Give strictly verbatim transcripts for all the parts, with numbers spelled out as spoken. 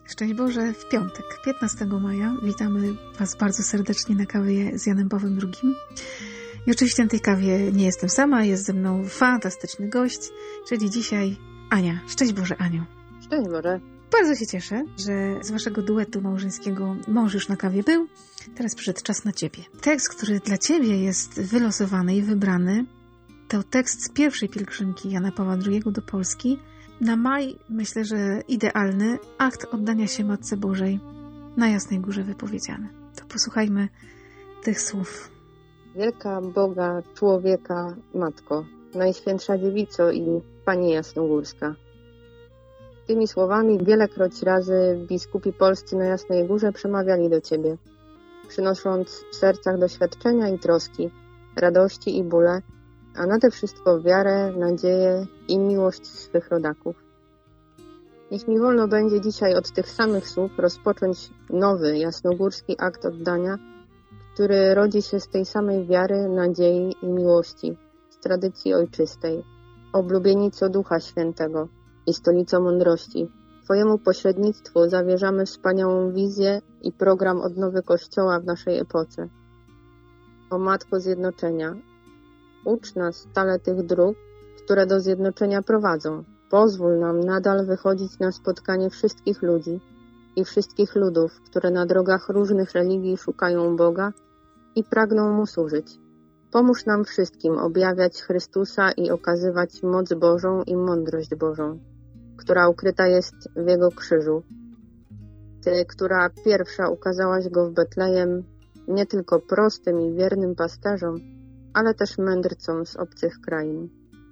Szczęść Boże, w piątek, piętnastego maja. Witamy Was bardzo serdecznie na kawie z Janem Pawłem drugim. I oczywiście na tej kawie nie jestem sama, jest ze mną fantastyczny gość, czyli dzisiaj Ania. Szczęść Boże, Aniu. Szczęść Boże. Bardzo się cieszę, że z Waszego duetu małżeńskiego mąż już na kawie był. Teraz przyszedł czas na Ciebie. Tekst, który dla Ciebie jest wylosowany i wybrany, to tekst z pierwszej pielgrzymki Jana Pawła drugiego do Polski. Na maj, myślę, że idealny akt oddania się Matce Bożej na Jasnej Górze wypowiedziany. To posłuchajmy tych słów. Wielka Boga, człowieka, Matko, Najświętsza Dziewico i Pani Jasnogórska. Tymi słowami wielekroć razy biskupi polscy na Jasnej Górze przemawiali do Ciebie, przynosząc w sercach doświadczenia i troski, radości i bóle, a nade wszystko wiarę, nadzieję i miłość swych rodaków. Niech mi wolno będzie dzisiaj od tych samych słów rozpocząć nowy, jasnogórski akt oddania, który rodzi się z tej samej wiary, nadziei i miłości, z tradycji ojczystej, oblubienicą Ducha Świętego i stolicą mądrości. Twojemu pośrednictwu zawierzamy wspaniałą wizję i program odnowy Kościoła w naszej epoce. O Matko Zjednoczenia, ucz nas stale tych dróg, które do zjednoczenia prowadzą. Pozwól nam nadal wychodzić na spotkanie wszystkich ludzi i wszystkich ludów, które na drogach różnych religii szukają Boga i pragną Mu służyć. Pomóż nam wszystkim objawiać Chrystusa i okazywać moc Bożą i mądrość Bożą, która ukryta jest w Jego krzyżu. Ty, która pierwsza ukazałaś Go w Betlejem nie tylko prostym i wiernym pasterzom, ale też mędrcom z obcych krain.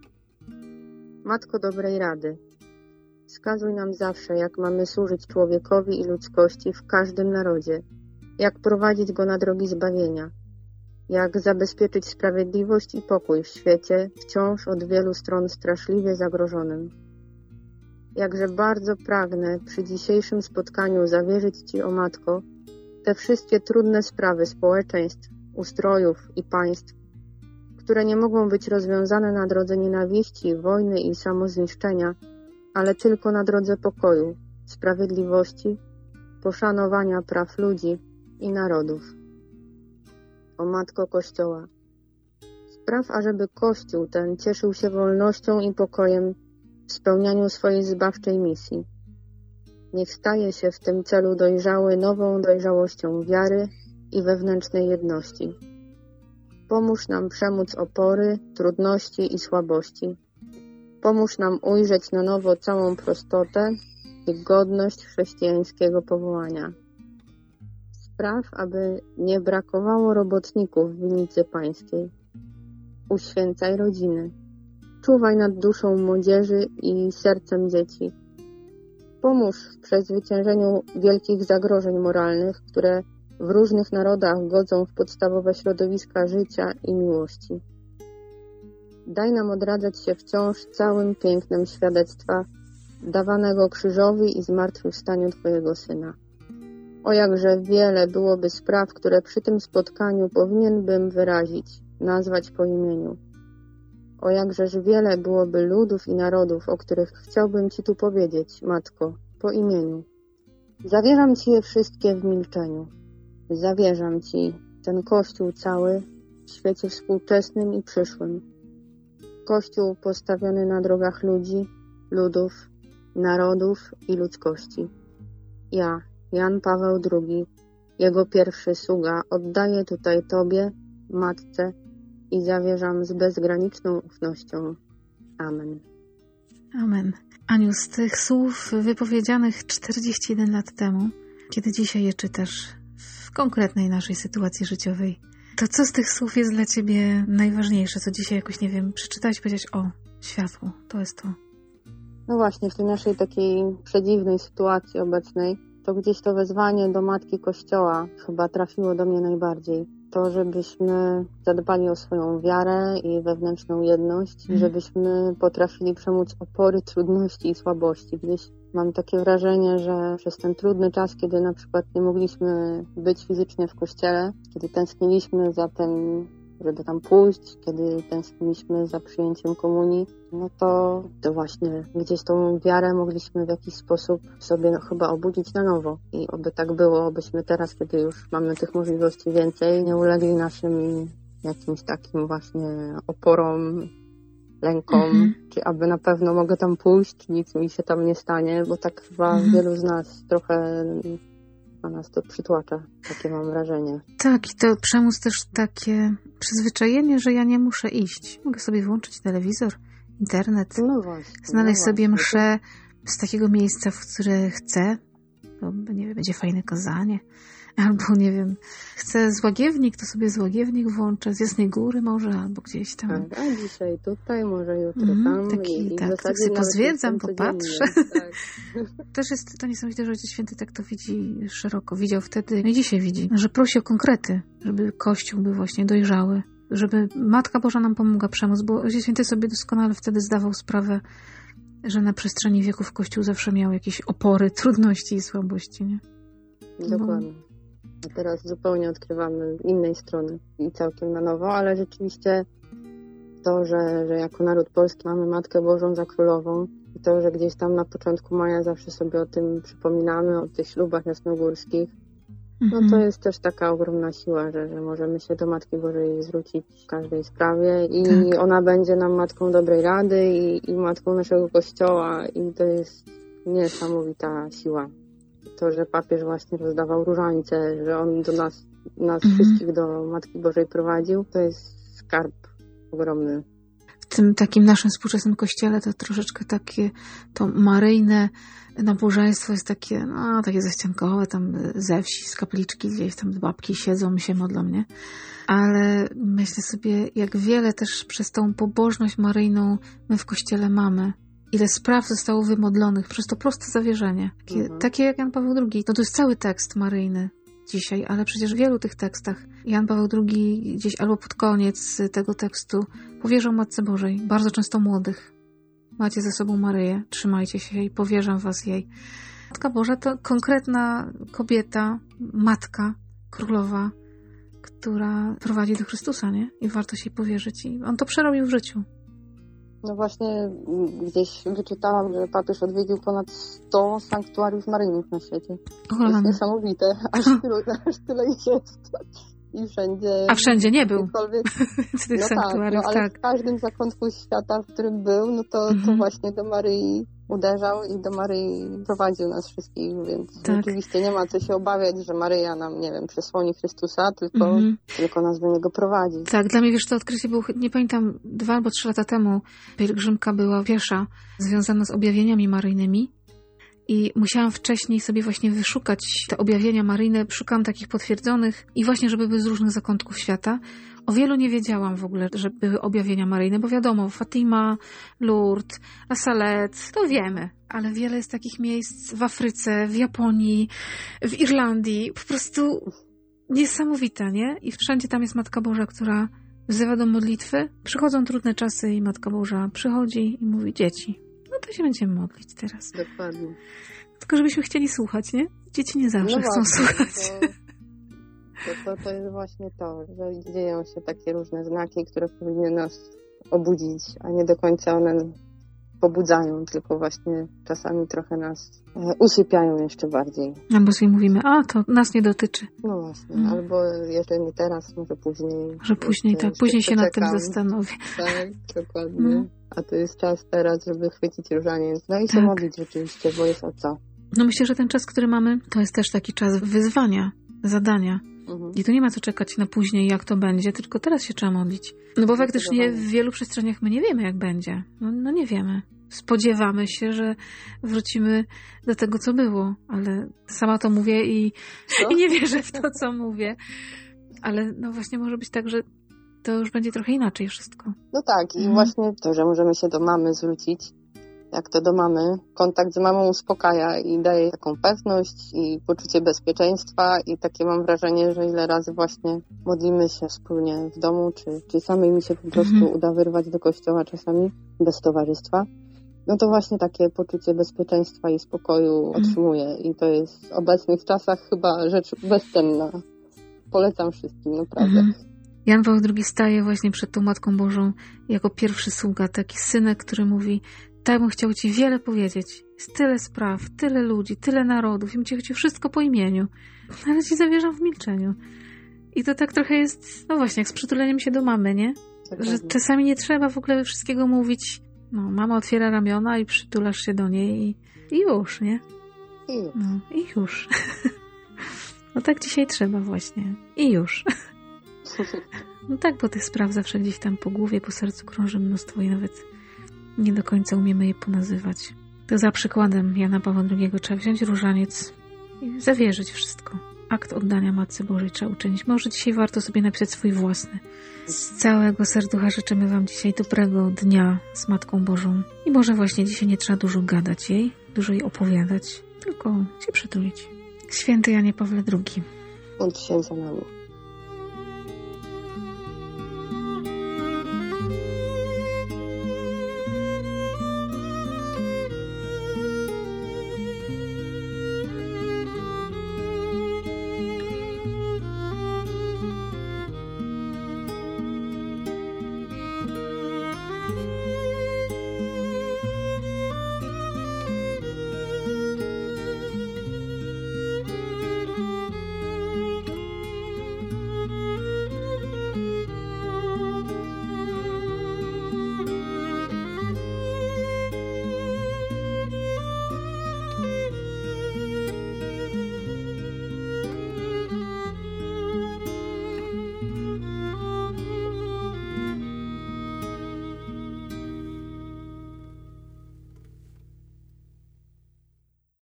Matko dobrej rady, wskazuj nam zawsze, jak mamy służyć człowiekowi i ludzkości w każdym narodzie, jak prowadzić go na drogi zbawienia, jak zabezpieczyć sprawiedliwość i pokój w świecie wciąż od wielu stron straszliwie zagrożonym. Jakże bardzo pragnę przy dzisiejszym spotkaniu zawierzyć Ci, o Matko, te wszystkie trudne sprawy społeczeństw, ustrojów i państw, które nie mogą być rozwiązane na drodze nienawiści, wojny i samozniszczenia, ale tylko na drodze pokoju, sprawiedliwości, poszanowania praw ludzi i narodów. O Matko Kościoła, spraw, ażeby Kościół ten cieszył się wolnością i pokojem w spełnianiu swojej zbawczej misji. Niech staje się w tym celu dojrzały nową dojrzałością wiary i wewnętrznej jedności. Pomóż nam przemóc opory, trudności i słabości. Pomóż nam ujrzeć na nowo całą prostotę i godność chrześcijańskiego powołania. Spraw, aby nie brakowało robotników w winnicy Pańskiej. Uświęcaj rodziny. Czuwaj nad duszą młodzieży i sercem dzieci. Pomóż w przezwyciężeniu wielkich zagrożeń moralnych, które w różnych narodach godzą w podstawowe środowiska życia i miłości. Daj nam odradzać się wciąż całym pięknem świadectwa dawanego krzyżowi i zmartwychwstaniu Twojego Syna. O jakże wiele byłoby spraw, które przy tym spotkaniu powinien bym wyrazić, nazwać po imieniu. O jakżeż wiele byłoby ludów i narodów, o których chciałbym Ci tu powiedzieć, Matko, po imieniu. Zawierzam Ci je wszystkie w milczeniu. Zawierzam Ci ten Kościół cały w świecie współczesnym i przyszłym. Kościół postawiony na drogach ludzi, ludów, narodów i ludzkości. Ja, Jan Paweł drugi, jego pierwszy sługa, oddaję tutaj Tobie, Matce, i zawierzam z bezgraniczną ufnością. Amen. Amen. Aniu, z tych słów wypowiedzianych czterdzieści jeden lat temu, kiedy dzisiaj je czytasz w konkretnej naszej sytuacji życiowej, to co z tych słów jest dla Ciebie najważniejsze? Co dzisiaj jakoś, nie wiem, przeczytałeś i powiedziałeś, o, światło, to jest to. No właśnie, w tej naszej takiej przedziwnej sytuacji obecnej, to gdzieś to wezwanie do Matki Kościoła chyba trafiło do mnie najbardziej. To, żebyśmy zadbali o swoją wiarę i wewnętrzną jedność, mm. żebyśmy potrafili przemóc opory, trudności i słabości. Gdzieś mam takie wrażenie, że przez ten trudny czas, kiedy na przykład nie mogliśmy być fizycznie w kościele, kiedy tęskniliśmy za tym żeby tam pójść, kiedy tęskniliśmy za przyjęciem komunii, no to, to właśnie gdzieś tą wiarę mogliśmy w jakiś sposób sobie no, chyba obudzić na nowo. I oby tak było, abyśmy teraz, kiedy już mamy tych możliwości więcej, nie ulegli naszym jakimś takim właśnie oporom, lękom, mm-hmm. czy aby na pewno mogę tam pójść, nic mi się tam nie stanie, bo tak chyba mm-hmm. wielu z nas trochę na nas to przytłacza, takie mam wrażenie. Tak, i to przemus też takie przyzwyczajenie, że ja nie muszę iść. Mogę sobie włączyć telewizor, internet, no właśnie, znaleźć no sobie właśnie. mszę z takiego miejsca, w które chcę, bo nie wiem, będzie fajne kazanie, albo nie wiem, chcę złagiewnik, to sobie złagiewnik włączę, z Jasnej Góry może, albo gdzieś tam. Tak, a dzisiaj tutaj, może jutro mm, tam. Taki, i, tak, i w tak sobie pozwiedzam, popatrzę. Tak. Też jest to niesamowite, że Ojciec Święty tak to widzi szeroko. Widział wtedy, no i dzisiaj widzi, że prosi o konkrety, żeby Kościół był właśnie dojrzały, żeby Matka Boża nam pomogła przemoc, bo Ojciec Święty sobie doskonale wtedy zdawał sprawę, że na przestrzeni wieków Kościół zawsze miał jakieś opory, trudności i słabości, nie? Dokładnie. A teraz zupełnie odkrywamy innej strony i całkiem na nowo, ale rzeczywiście to, że, że jako naród polski mamy Matkę Bożą za królową i to, że gdzieś tam na początku maja zawsze sobie o tym przypominamy, o tych ślubach jasnogórskich, no to jest też taka ogromna siła, że, że możemy się do Matki Bożej zwrócić w każdej sprawie i tak. Ona będzie nam Matką dobrej rady i, i Matką naszego Kościoła i to jest niesamowita siła. To, że papież właśnie rozdawał różańce, że on do nas, nas mhm. wszystkich do Matki Bożej prowadził, to jest skarb ogromny. W tym takim naszym współczesnym kościele to troszeczkę takie to maryjne nabożeństwo jest takie, no takie zaściankowe, tam ze wsi, z kapliczki gdzieś tam babki siedzą i się modlą, nie? Ale myślę sobie, jak wiele też przez tą pobożność maryjną my w kościele mamy. Ile spraw zostało wymodlonych przez to proste zawierzenie. Takie, mhm. takie jak Jan Paweł drugi. No to jest cały tekst maryjny dzisiaj, ale przecież w wielu tych tekstach Jan Paweł drugi gdzieś albo pod koniec tego tekstu powierzał Matce Bożej, bardzo często młodych. Macie ze sobą Maryję, trzymajcie się i powierzam was jej. Matka Boża to konkretna kobieta, matka, królowa, która prowadzi do Chrystusa, nie? I warto się jej powierzyć. I on to przerobił w życiu. No właśnie gdzieś wyczytałam, że papież odwiedził ponad sto sanktuariów maryjnych na świecie. To jest niesamowite. Aż tyle, aż tyle ich jest. I wszędzie... A wszędzie nie był. W tych no sanktuariów, tak, no, ale tak. W każdym zakątku świata, w którym był, no to, mhm. to właśnie do Maryi uderzał i do Maryi prowadził nas wszystkich, więc tak. Oczywiście nie ma co się obawiać, że Maryja nam, nie wiem, przesłoni Chrystusa, tylko, mhm. tylko nas do Niego prowadzi. Tak, dla mnie, wiesz, to odkrycie było, nie pamiętam, dwa albo trzy lata temu pielgrzymka była piesza, związana z objawieniami maryjnymi i musiałam wcześniej sobie właśnie wyszukać te objawienia maryjne, szukałam takich potwierdzonych i właśnie, żeby były z różnych zakątków świata. O wielu nie wiedziałam w ogóle, że były objawienia maryjne, bo wiadomo, Fatima, Lourdes, La Salette, to wiemy, ale wiele jest takich miejsc w Afryce, w Japonii, w Irlandii, po prostu niesamowite, nie? I wszędzie tam jest Matka Boża, która wzywa do modlitwy. Przychodzą trudne czasy i Matka Boża przychodzi i mówi: dzieci, no to się będziemy modlić teraz. Dokładnie. Tylko żebyśmy chcieli słuchać, nie? Dzieci nie zawsze no chcą właśnie, słuchać. To, to, to jest właśnie to, że dzieją się takie różne znaki, które powinny nas obudzić, a nie do końca one pobudzają, tylko właśnie czasami trochę nas usypiają jeszcze bardziej. Albo sobie mówimy: a to nas nie dotyczy. No właśnie, hmm. albo jeżeli nie teraz, może później. Może później, jeszcze, tak, później się poczekam. nad tym zastanowię. Tak, dokładnie. Hmm. A to jest czas teraz, żeby chwycić różaniec. No i się tak. modlić rzeczywiście, bo jest o co. No myślę, że ten czas, który mamy, to jest też taki czas wyzwania, zadania. Mhm. I tu nie ma co czekać na później, jak to będzie, tylko teraz się trzeba modlić. No bo faktycznie w wielu przestrzeniach my nie wiemy, jak będzie. No, no nie wiemy. Spodziewamy się, że wrócimy do tego, co było, ale sama to mówię i, i nie wierzę w to, co mówię. Ale no właśnie może być tak, że to już będzie trochę inaczej wszystko. No tak, i mhm. właśnie to, że możemy się do mamy zwrócić, jak to do mamy, kontakt z mamą uspokaja i daje taką pewność i poczucie bezpieczeństwa i takie mam wrażenie, że ile razy właśnie modlimy się wspólnie w domu, czy, czy samej mi się po prostu mhm. uda wyrwać do kościoła czasami bez towarzystwa, no to właśnie takie poczucie bezpieczeństwa i spokoju mhm. otrzymuję i to jest w obecnych czasach chyba rzecz bezcenna. Polecam wszystkim, naprawdę. Mhm. Jan Paweł drugi staje właśnie przed tą Matką Bożą jako pierwszy sługa, taki synek, który mówi: tak bym chciał Ci wiele powiedzieć. Jest tyle spraw, tyle ludzi, tyle narodów. Ja bym Ci chciał wszystko po imieniu, ale Ci zawierzam w milczeniu. I to tak trochę jest, no właśnie, jak z przytuleniem się do mamy, nie? Dokładnie. Że czasami nie trzeba w ogóle wszystkiego mówić. No, mama otwiera ramiona i przytulasz się do niej i, i już, nie? I już. No, i już. No tak dzisiaj trzeba właśnie. I już. No tak, bo tych spraw zawsze gdzieś tam po głowie, po sercu krąży mnóstwo i nawet nie do końca umiemy je ponazywać. To za przykładem Jana Pawła drugiego trzeba wziąć różaniec i zawierzyć wszystko. Akt oddania Matce Bożej trzeba uczynić. Może dzisiaj warto sobie napisać swój własny. Z całego serducha życzymy Wam dzisiaj dobrego dnia z Matką Bożą. I może właśnie dzisiaj nie trzeba dużo gadać jej, dużo jej opowiadać, tylko się przytulić. Święty Janie Pawle drugi. Módl się za nami.